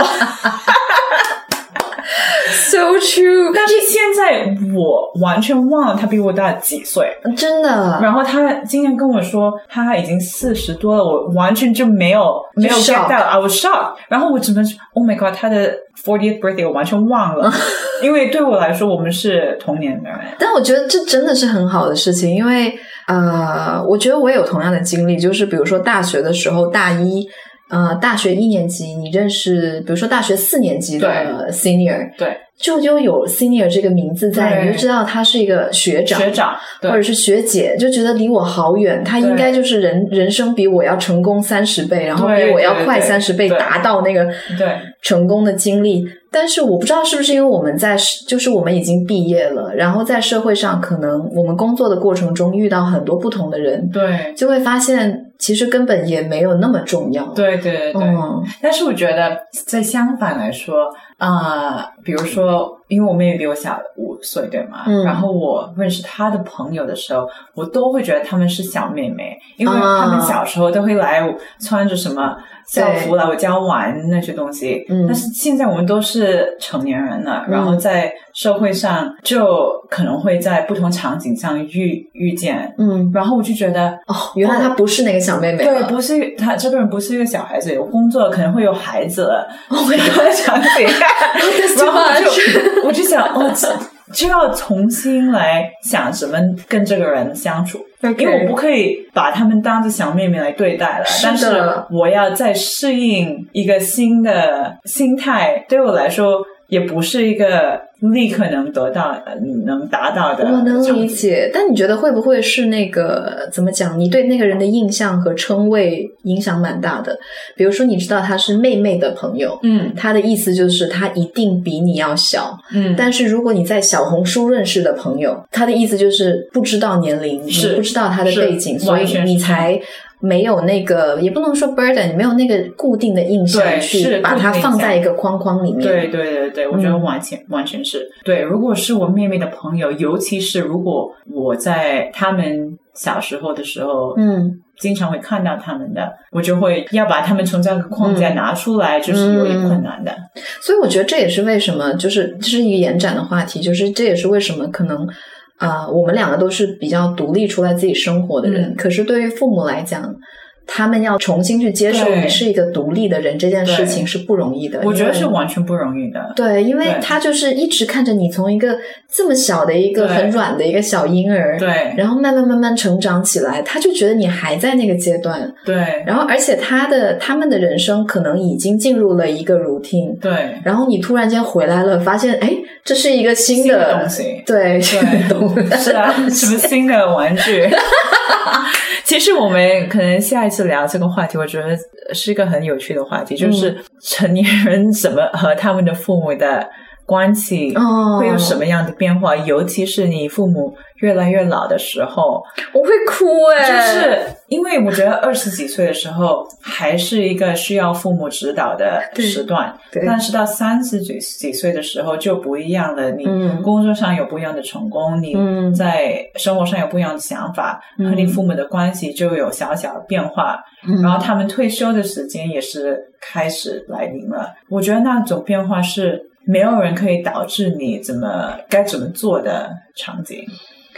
So true， 但是现在我完全忘了他比我大几岁， 真的。 然后他今天跟我说他已经40多了，我完全就没有 get 到 I was shocked。然后我只能说 Oh my god， 他的 40th birthday 我完全忘了，因为对我来说我们是同年的人。 但我觉得这真的是很好的事情，因为我觉得我也有同样的经历，就是比如说大学的时候，大学1年级你认识，比如说大学4年级的 senior， 对， 就有 senior 这个名字在，你就知道他是一个学长或者是学姐，就觉得离我好远，他应该就是人生比我要成功30倍，然后比我要快30倍达到那个成功的经历。但是我不知道是不是因为我们就是我们已经毕业了，然后在社会上可能我们工作的过程中遇到很多不同的人， 对， 就会发现其实根本也没有那么重要。 对。但是我觉得在相反来说比如说因为我妹妹比我小5岁对吗？然后我认识她的朋友的时候，我都会觉得她们是小妹妹，因为她们小时候都会来穿着什么校服来我家玩那些东西。但是现在我们都是成年人了，然后在社会上就可能会在不同场景上遇见。然后我就觉得原来她不是那个小妹妹了。 对，不是她这个人不是一个小孩子，有工作可能会有孩子了。这个场景然后我就想就要重新来想怎么跟这个人相处。因为我不可以把他们当着小妹妹来对待了，但是我要再适应一个新的心态，对我来说也不是一个立刻能达到的。 我能理解，但你觉得会不会是那个怎么讲？你对那个人的印象和称谓影响蛮大的。比如说，你知道他是妹妹的朋友，他的意思就是他一定比你要小，但是如果你在小红书认识的朋友，他的意思就是不知道年龄，你不知道他的背景，所以你才没有那个，也不能说 burden， 你没有那个固定的印象去把它放在一个框框里面。 对，我觉得完全是对。如果是我妹妹的朋友，尤其是如果我在他们小时候的时候，经常会看到他们的，我就会要把他们从这个框架拿出来，就是有点困难的。 所以我觉得这也是为什么，就是这是一个延展的话题，就是这也是为什么可能我们2个都是比较独立出来自己生活的人，可是对于父母来讲，他们要重新去接受你是一个独立的人，这件事情是不容易的。 我觉得是完全不容易的。 对，因为他就是一直看着你从一个这么小的一个很软的一个小婴儿， 对， 然后慢慢成长起来，他就觉得你还在那个阶段， 对， 然后而且他们的人生可能已经进入了一个 routine， 对， 然后你突然间回来了，发现这是一个新的东西， 对， 是啊，什么新的玩具。其实我们可能下一次聊这个话题，我觉得是一个很有趣的话题，就是成年人怎么和他们的父母的关系会有什么样的变化，尤其是你父母越来越老的时候。 我会哭就是因为我觉得20几岁的时候还是一个需要父母指导的时段，但是到30几岁的时候就不一样了，你工作上有不一样的成功，你在生活上有不一样的想法，和你父母的关系就有小小的变化，然后他们退休的时间也是开始来临了。我觉得那种变化是没有人可以导致你该怎么做的场景。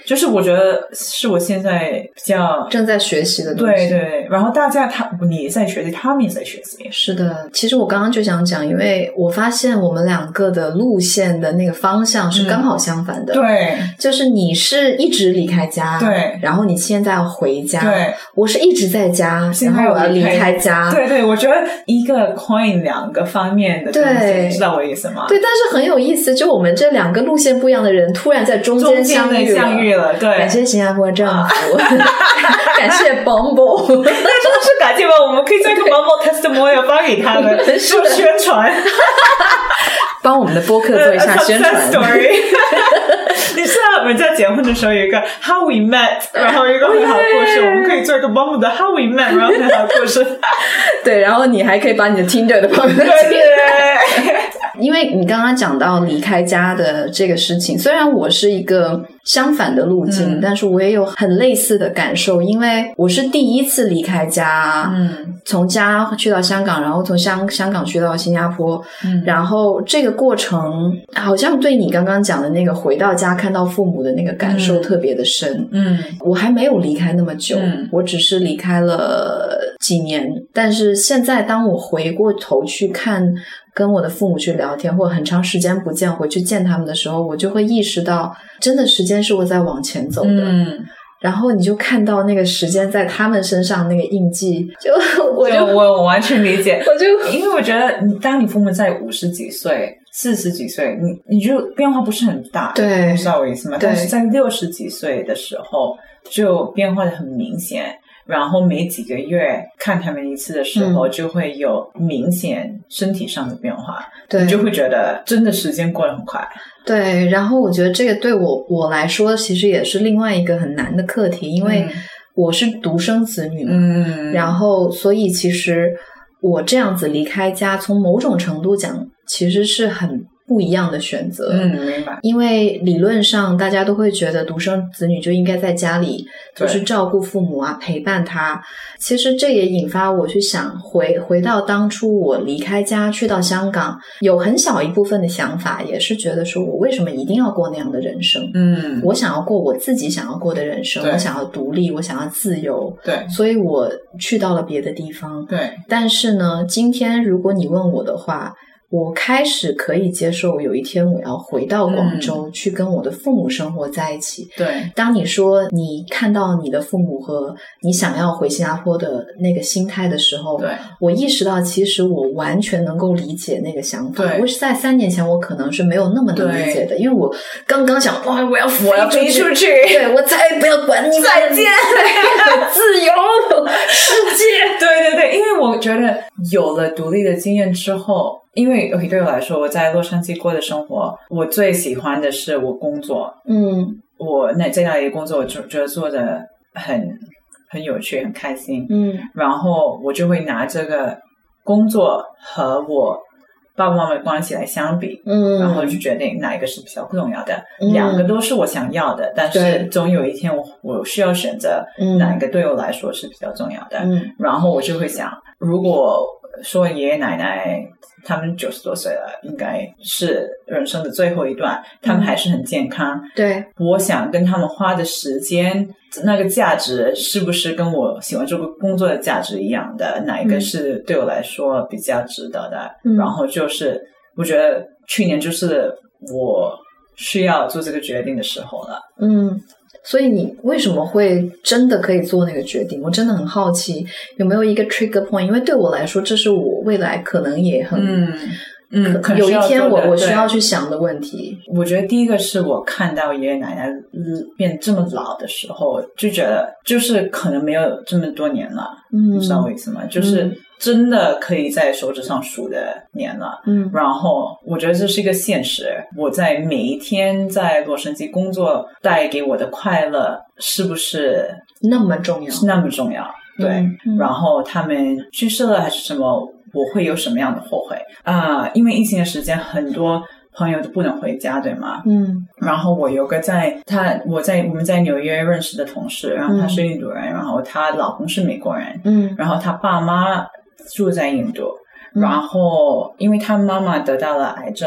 就是我觉得是我现在比较正在学习的东西。 对对，然后大家你在学习，他们也在学习。 是的，其实我刚刚就想讲，因为我发现我们两个的路线的那个方向是刚好相反的。 对， 就是你是一直离开家， 对， 然后你现在要回家， 对， 我是一直在家，然后我要离开家。 对对，我觉得一个 coin 两个方面的东西，你知道我意思吗？ 对，但是很有意思，就我们这两个路线不一样的人突然在中间相遇了。 对， 感谢新加坡政府，感谢 Bumble， 真的是感谢吧，我们可以做一个 Bumble testimonial 发给他们做宣传， 帮我们的播客做一下宣传。 你知道人家结婚的时候有一个 How we met， 然后一个很好的故事，我们可以做一个 Bumble 的 How we met， 然后很好的故事。 对，然后你还可以把你的 Tinder 的朋友对。 因为你刚刚讲到离开家的这个事情，虽然我是一个相反的路径，但是我也有很类似的感受，因为我是第一次离开家，从家去到香港，然后从香港去到新加坡，然后这个过程好像对你刚刚讲的那个回到家看到父母的那个感受特别的深。我还没有离开那么久，我只是离开了几年，但是现在当我回过头去看跟我的父母去聊天，或者很长时间不见回去见他们的时候，我就会意识到真的时间是我在往前走的。然后你就看到那个时间在他们身上那个印记， 我完全理解。 我就因为我觉得当你父母在50几岁40几岁，你就变化不是很大， 对， 你知道我意思吗？但是在60几岁的时候就变化的很明显，然后每几个月看他们一次的时候，就会有明显身体上的变化，你就会觉得真的时间过得很快。 对，然后我觉得这个对我来说其实也是另外一个很难的课题，因为我是独生子女嘛，然后所以其实我这样子离开家，从某种程度讲其实是很不一样的选择。 明白。 因为理论上大家都会觉得独生子女就应该在家里就是照顾父母啊，陪伴他。其实这也引发我去想回到当初我离开家去到香港，有很小一部分的想法也是觉得说我为什么一定要过那样的人生。我想要过我自己想要过的人生，我想要独立，我想要自由。 对， 所以我去到了别的地方。 对， 但是呢，今天如果你问我的话，我开始可以接受有一天我要回到广州，去跟我的父母生活在一起。 对， 当你说你看到你的父母和你想要回新加坡的那个心态的时候， 对，我意识到其实我完全能够理解那个想法。我是在3年前我可能是没有那么能理解的，因为我刚刚想哇，我要飞出去，对，我再也不要管你们，再见自由世界。 对对对，因为我觉得有了独立的经验之后，因为对我来说，我在洛杉矶过的生活，我最喜欢的是我工作。我在那里工作，我觉得做的很有趣，很开心。然后我就会拿这个工作和我爸爸妈妈的关系来相比，然后就决定哪一个是比较重要的。两个都是我想要的，但是总有一天我需要选择哪一个对我来说是比较重要的。然后我就会想，如果说爷爷奶奶他们90多岁了，应该是人生的最后一段，他们还是很健康。 对， 我想跟他们花的时间，那个价值是不是跟我喜欢这个工作的价值一样的？哪一个是对我来说比较值得的？然后就是我觉得去年就是我需要做这个决定的时候了。 所以你为什么会真的可以做那个决定？我真的很好奇，有没有一个 trigger point？ 因为对我来说，这是我未来可能也很有一天我需要去想的问题。 我觉得第一个是我看到爷爷奶奶变这么老的时候，就觉得就是可能没有这么多年了。你知道我意思吗？就是真的可以在手指上数的年了。然后我觉得这是一个现实。我在每一天在洛杉矶工作带给我的快乐是不是那么重要？ 是那么重要。对，然后他们去世了还是什么，我会有什么样的后悔因为疫情的时间很多朋友都不能回家，对吗？然后我有个我们在纽约认识的同事，然后他是印度人，然后他老公是美国人，然后他爸妈住在印度，然后因为他妈妈得到了癌症，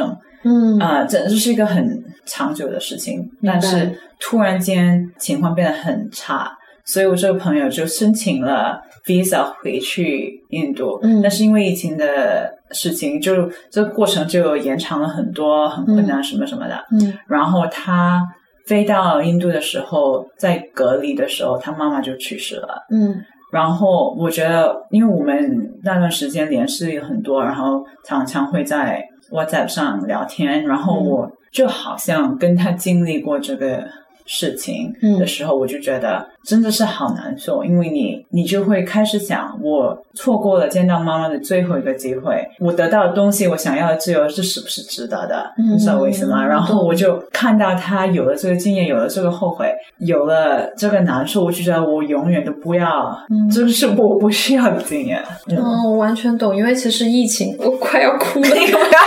这是一个很长久的事情，但是突然间情况变得很差，所以我这个朋友就申请了 visa 回去印度，但是因为疫情的事情，就这个过程就延长了很多，很困难什么什么的。然后他飞到印度的时候，在隔离的时候，他妈妈就去世了。然后我觉得，因为我们那段时间联系很多，然后常常会在 WhatsApp 上聊天，然后我就好像跟他经历过这个事情的时候，我就觉得真的是好难受，因为你就会开始想，我错过了见到妈妈的最后一个机会，我得到的东西，我想要的自由，这是不是值得的？你知道为什么？然后我就看到他有了这个经验，有了这个后悔，有了这个难受，我就觉得我永远都不要，这是我不需要的经验。 我完全懂，因为其实疫情，我快要哭了。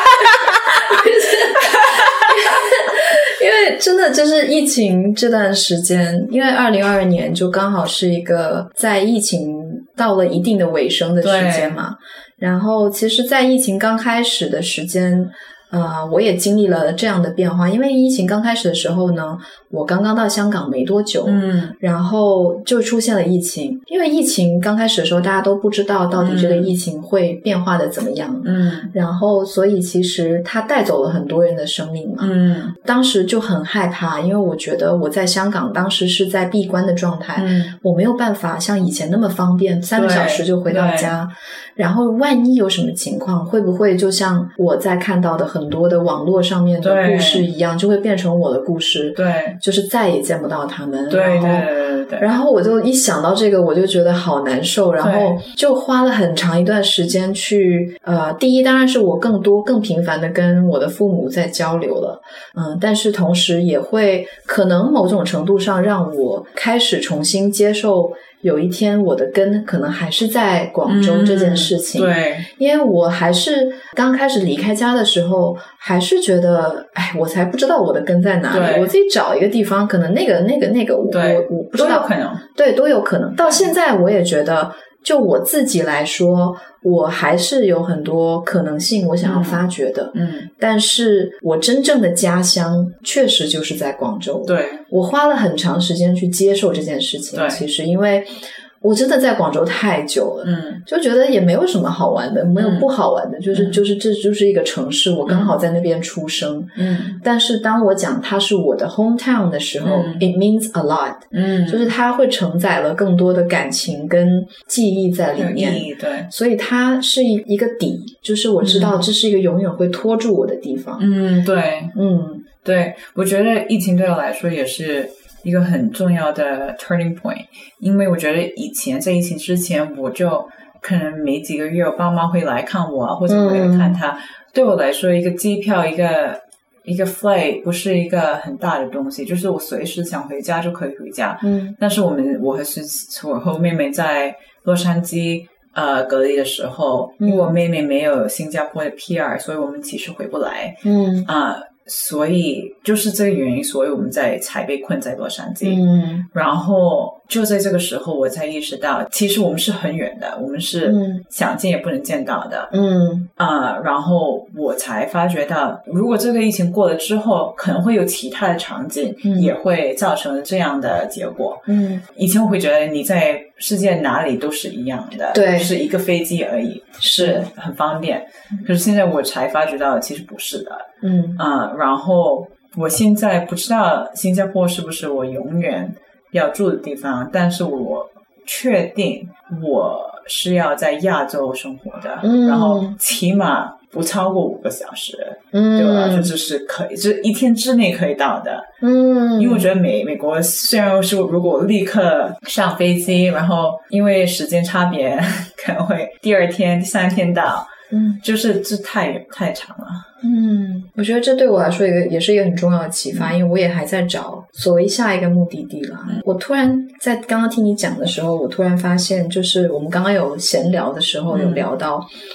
因为真的就是疫情这段时间，因为2022年就刚好是一个在疫情到了一定的尾声的时间嘛。然后其实在疫情刚开始的时间我也经历了这样的变化，因为疫情刚开始的时候呢，我刚刚到香港没多久，然后就出现了疫情。因为疫情刚开始的时候，大家都不知道到底这个疫情会变化的怎么样，然后所以其实它带走了很多人的生命嘛，当时就很害怕，因为我觉得我在香港当时是在闭关的状态，我没有办法像以前那么方便3个小时就回到家，然后万一有什么情况，会不会就像我在看到的很多的网络上面的故事一样，就会变成我的故事，对，就是再也见不到他们，对，然后我就一想到这个，我就觉得好难受，然后就花了很长一段时间去第一当然是我更频繁的跟我的父母在交流了，但是同时也会可能某种程度上让我开始重新接受有一天我的根可能还是在广州这件事情，对，因为我还是刚开始离开家的时候，还是觉得，我才不知道我的根在哪里，我自己找一个地方，可能那个，我不知道，都有可能，对，都有可能。到现在我也觉得，就我自己来说，我还是有很多可能性我想要发掘的，但是我真正的家乡确实就是在广州，对，我花了很长时间去接受这件事情，其实因为我真的在广州太久了，就觉得也没有什么好玩的，没有不好玩的，就是这就是一个城市，我刚好在那边出生，但是当我讲它是我的 hometown 的时候，it means a lot，就是它会承载了更多的感情跟记忆在里面，对，所以它是一个底，就是我知道这是一个永远会拖住我的地方， 对，我觉得疫情对我来说也是一个很重要的 turning point， 因为我觉得以前在疫情之前，我就可能每几个月我爸妈会来看我，或者我会看他，对我来说一个机票一个 flight 不是一个很大的东西，就是我随时想回家就可以回家，但是我和妹妹在洛杉矶隔离的时候，因为我妹妹没有新加坡的 PR， 所以我们其实回不来，所以就是这个原因，所以我们才被困在洛杉矶，然后就在这个时候我才意识到，其实我们是很远的，我们是想见也不能见到的，然后我才发觉到，如果这个疫情过了之后，可能会有其他的场景也会造成这样的结果，以前我会觉得你在世界哪里都是一样的，对，是一个飞机而已，是很方便，可是现在我才发觉到其实不是的，然后我现在不知道新加坡是不是我永远要住的地方，但是我确定我是要在亚洲生活的，然后起码不超过5个小时，对我来说这是可以，这一天之内可以到的，因为我觉得美国虽然是如果立刻上飞机，然后因为时间差别可能会第2天第3天到，就是这太长了。 我觉得这对我来说也是一个很重要的启发，因为我也还在找所谓下一个目的地啦。我突然在刚刚听你讲的时候，我突然发现，就是我们刚刚有闲聊的时候有聊到，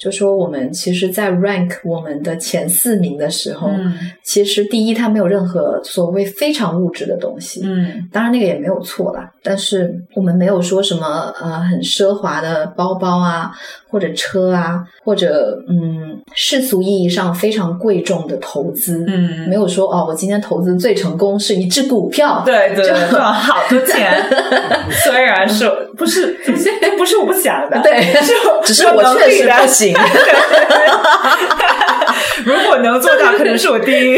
就说我们其实在 rank 我们的前4名的时候，其实第一它没有任何所谓非常物质的东西，当然那个也没有错啦，但是我们没有说什么很奢华的包包啊，或者车啊，或者世俗意义上非常贵重的投资，没有说我今天投资最成功是一只股票， 对对，赚好多钱，虽然是不是我不想的， 对，只是我确实不行。 如果能做到，可能是我第一。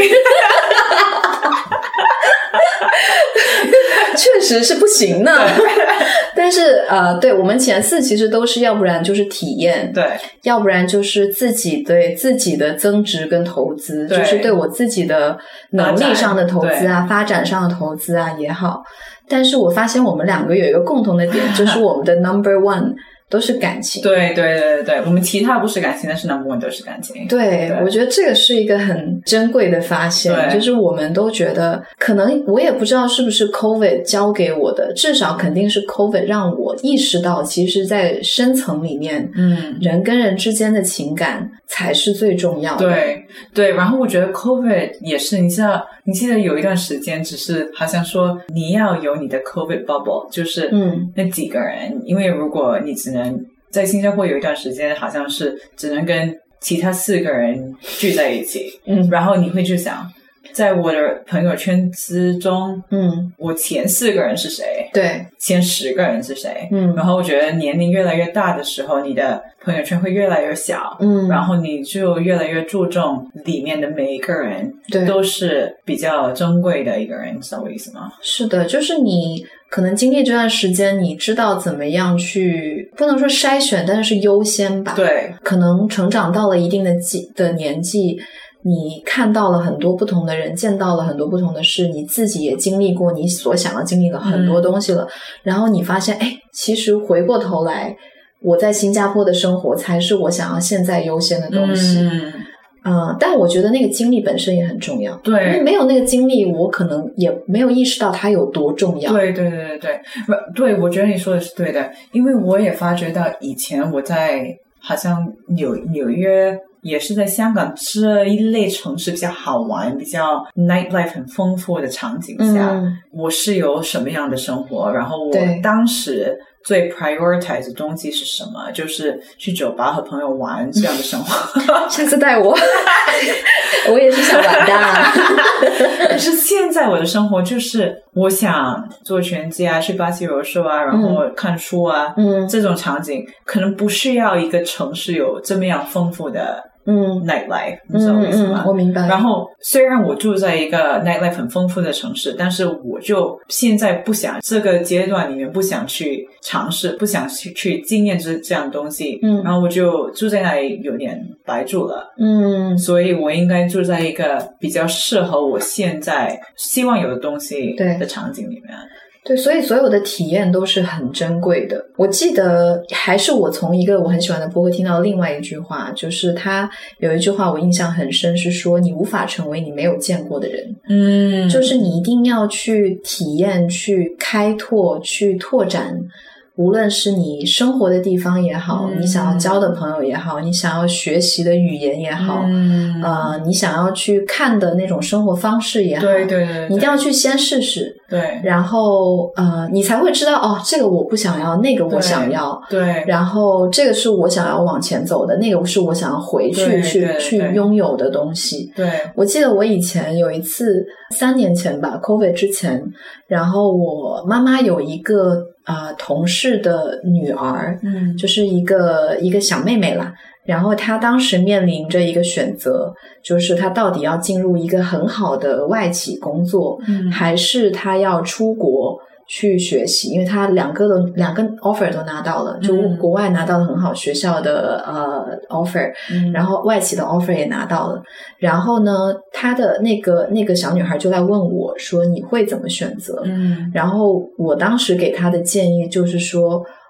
确实是不行呢。但是对，我们前4其实都是要不然就是体验， 对， 要不然就是自己对自己的增值跟投资，就是对我自己的能力上的投资啊，发展上的投资啊也好。但是我发现我们2个有一个共同的点，就是我们的 number one 都是感情。 对对对对，我们其他不是感情，但是 number one 都是感情。 对，我觉得这个是一个很珍贵的发现，就是我们都觉得，可能我也不知道是不是 COVID 教给我的，至少肯定是 COVID 让我意识到，其实在深层里面，人跟人之间的情感才是最重要的。 对对，然后我觉得 COVID 也是，你记得有一段时间，只是好像说你要有你的 COVID bubble， 就是那几个人，因为如果你只能在新加坡有一段时间，好像是只能跟其他4个人聚在一起，然后你会去想，在我的朋友圈之中，我前4个人是谁？ 对， 前10个人是谁？然后我觉得年龄越来越大的时候，你的朋友圈会越来越小，然后你就越来越注重里面的每一个人， 对， 都是比较珍贵的一个人，知道我意思吗？是的，就是你可能经历这段时间，你知道怎么样去，不能说筛选，但是优先吧。 对， 可能成长到了一定的年纪，你看到了很多不同的人，见到了很多不同的事，你自己也经历过你所想要经历的很多东西了，然后你发现其实回过头来，我在新加坡的生活才是我想要现在优先的东西。但我觉得那个经历本身也很重要。对，因为没有那个经历，我可能也没有意识到它有多重要。对对对对对，对，我觉得你说的是对的，因为我也发觉到以前我在好像纽约，也是在香港这一类城市比较好玩，比较 nightlife 很丰富的场景下，我是有什么样的生活，然后我当时最 prioritize 的东西是什么，就是去酒吧和朋友玩这样的生活。下次带我我也是想玩的可是现在我的生活就是我想做拳击啊，去巴西柔术啊，然后看书啊，这种场景可能不需要一个城市有这么样丰富的nightlife， 你知道我意思吗？我明白。然后虽然我住在一个 nightlife 很丰富的城市，但是我就现在不想这个阶段里面不想去尝试，不想去经验这样的东西，然后我就住在那里有点白住了，所以我应该住在一个比较适合我现在希望有的东西的场景里面。对，所以所有的体验都是很珍贵的。我记得还是我从一个我很喜欢的播客听到另外一句话，就是他有一句话我印象很深，是说你无法成为你没有见过的人。就是你一定要去体验，去开拓，去拓展，无论是你生活的地方也好，你想要交的朋友也好，你想要学习的语言也好，你想要去看的那种生活方式也好，对对 对，你一定要去先试试，对，然后你才会知道这个我不想要，那个我想要，对，然后这个是我想要往前走的，那个是我想要回去去拥有的东西。对，我记得我以前有一次3年前吧 COVID 之前，然后我妈妈有一个同事的女儿，就是一个小妹妹啦，然后她当时面临着一个选择，就是她到底要进入一个很好的外企工作，还是她要出国去学习，因为她两个 offer 都拿到了，就国外拿到了很好学校的offer，然后外企的 offer 也拿到了，然后呢她的那个小女孩就来问我说你会怎么选择，然后我当时给她的建议就是说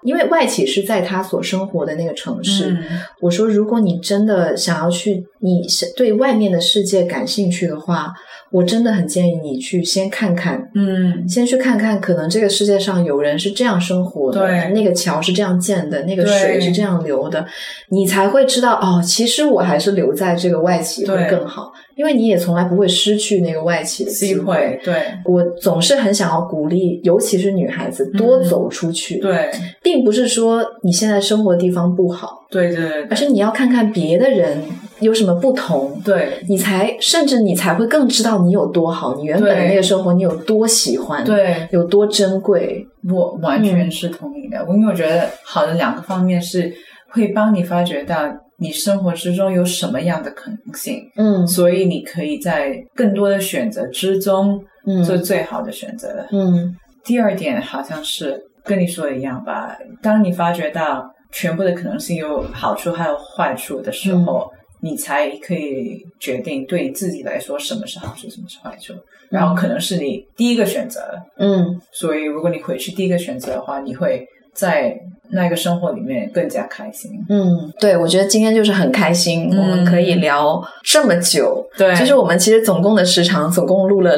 因为外企是在他所生活的那个城市。我说如果你真的想要去，你对外面的世界感兴趣的话，我真的很建议你去先看看，先去看看，可能这个世界上有人是这样生活的， 对， 那个桥是这样建的，那个水是这样流的，你才会知道哦，其实我还是留在这个外企会更好，因为你也从来不会失去那个外企的机会。 对， 我总是很想要鼓励，尤其是女孩子多走出去。 对， 并不是说你现在生活的地方不好， 对， 而是你要看看别的人有什么不同， 对， 甚至你才会更知道你有多好，你原本的那个生活你有多喜欢， 对， 有多珍贵。 我完全是同意的，因为我觉得好的两个方面是会帮你发掘到你生活之中有什么样的可能性，所以你可以在更多的选择之中做最好的选择。第二点好像是跟你说的一样吧，当你发觉到全部的可能性有好处还有坏处的时候，你才可以决定对自己来说什么是好处什么是坏处，然后可能是你第一个选择。所以如果你回去第一个选择的话，你会在那个生活里面更加开心。 对，我觉得今天就是很开心，我们可以聊这么久。 对， 就是我们其实总共的时长总共录了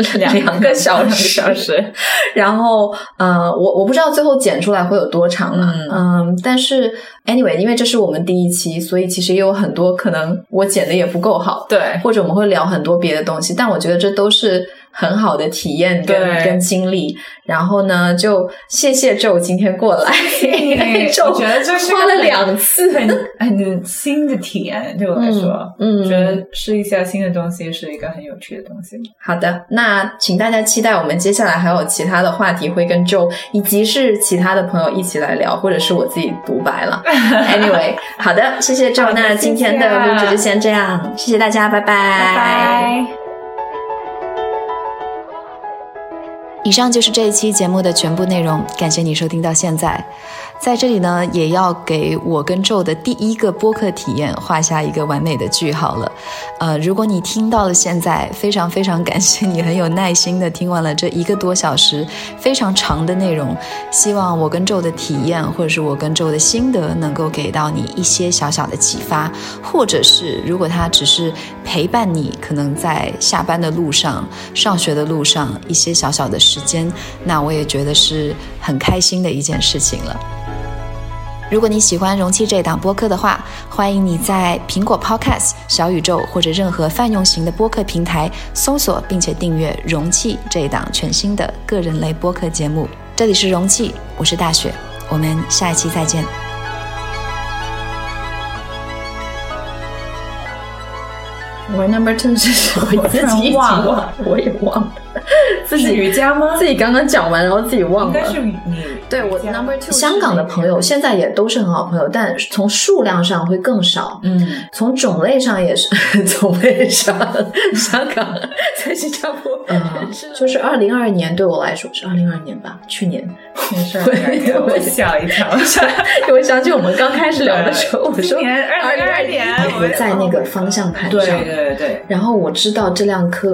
2个小时然后我不知道最后剪出来会有多长了。但是 anyway 因为这是我们第一期，所以其实也有很多可能我剪的也不够好， 对， 或者我们会聊很多别的东西，但我觉得这都是很好的体验跟经历。然后呢，就谢谢Joe今天过来。 我觉得这是花了2次很新的体验，对我来说，我觉得试一下新的东西是一个很有趣的东西。 好的，那请大家期待我们接下来还有其他的话题会跟Joe以及是其他的朋友一起来聊，或者是我自己独白了。Anyway 好的，谢谢Joe，那今天的录制就先这样，谢谢大家，拜拜， 拜拜。 以上就是这一期节目的全部内容，感谢你收听到现在。在这里呢，也要给我跟Joe的第一个播客体验画下一个完美的句号了。如果你听到了现在，非常非常感谢你很有耐心的听完了这1个多小时非常长的内容。希望我跟Joe的体验，或者是我跟Joe的心得，能够给到你一些小小的启发，或者是如果它只是陪伴你，可能在下班的路上、上学的路上一些小小的时间，那我也觉得是很开心的一件事情了。如果你喜欢容器这一档播客的话，欢迎你在苹果 Podcast、 小宇宙或者任何泛用型的播客平台搜索并且订阅容器这一档全新的个人类播客节目。这里是容器，我是大雪，我们下一期再见。 我 number 2是什么？我自己忘了，我也忘了。自己瑜伽吗？ 自己刚刚讲完，然后自己忘了。 应该是你。 对，我 number 2。香港的朋友现在也都是很好朋友，但从数量上会更少。从种类上也是种类上，香港在新加坡，就是2022年对我来说是2022年吧，去年。 没事，我吓一跳。 我想起我们刚开始聊的时候，我说 2022年， 我在那个方向盘上。 对。 然后我知道这辆车。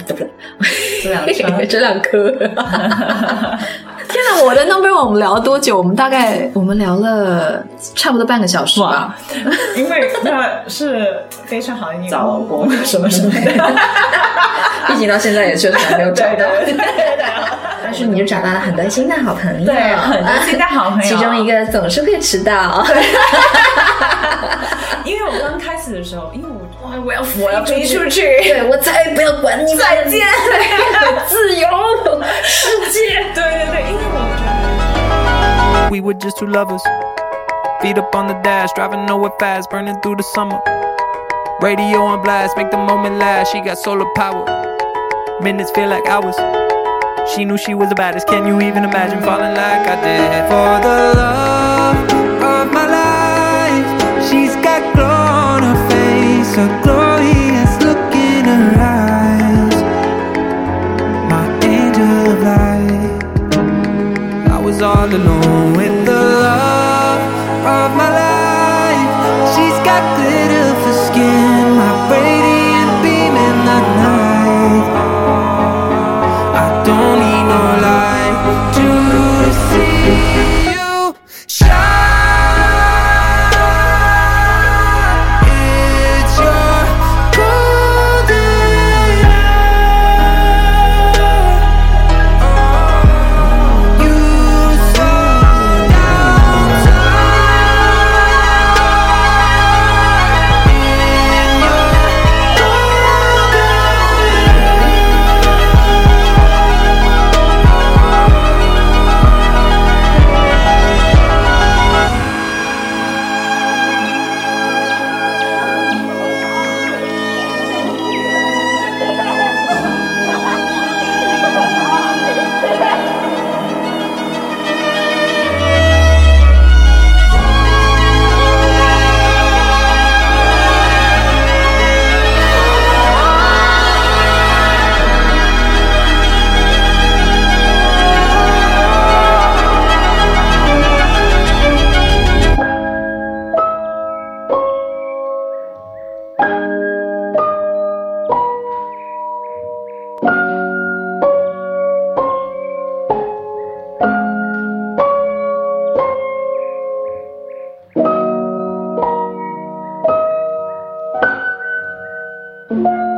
天哪，我的 number one 我们聊了多久？我们聊了差不多半个小时吧。 因为那是非常好的找老公什么什么的， 毕竟到现在也确实还没有找到。但是你就找到了很多新的好朋友， 对，很多新的好朋友， 其中一个总是会迟到。 因为我刚开始的时候，因为我要飞出去， 对，我再也不要管你们， 再见， 自由世界。 对，因为我觉得 We were just two lovers, feet up on the dash, driving nowhere fast, burning through the summer. Radio on blast, make the moment last. She got solar power, minutes feel like hours. She knew she was the baddest. Can you even imagine falling like I did? For the love of my life, she's got glow on her face, a glorious look in her eyes. My angel of light. I was all alone with the love of my life. She's got glitter for skin, my radiant beam in the night. I don't need no light to see you 拜。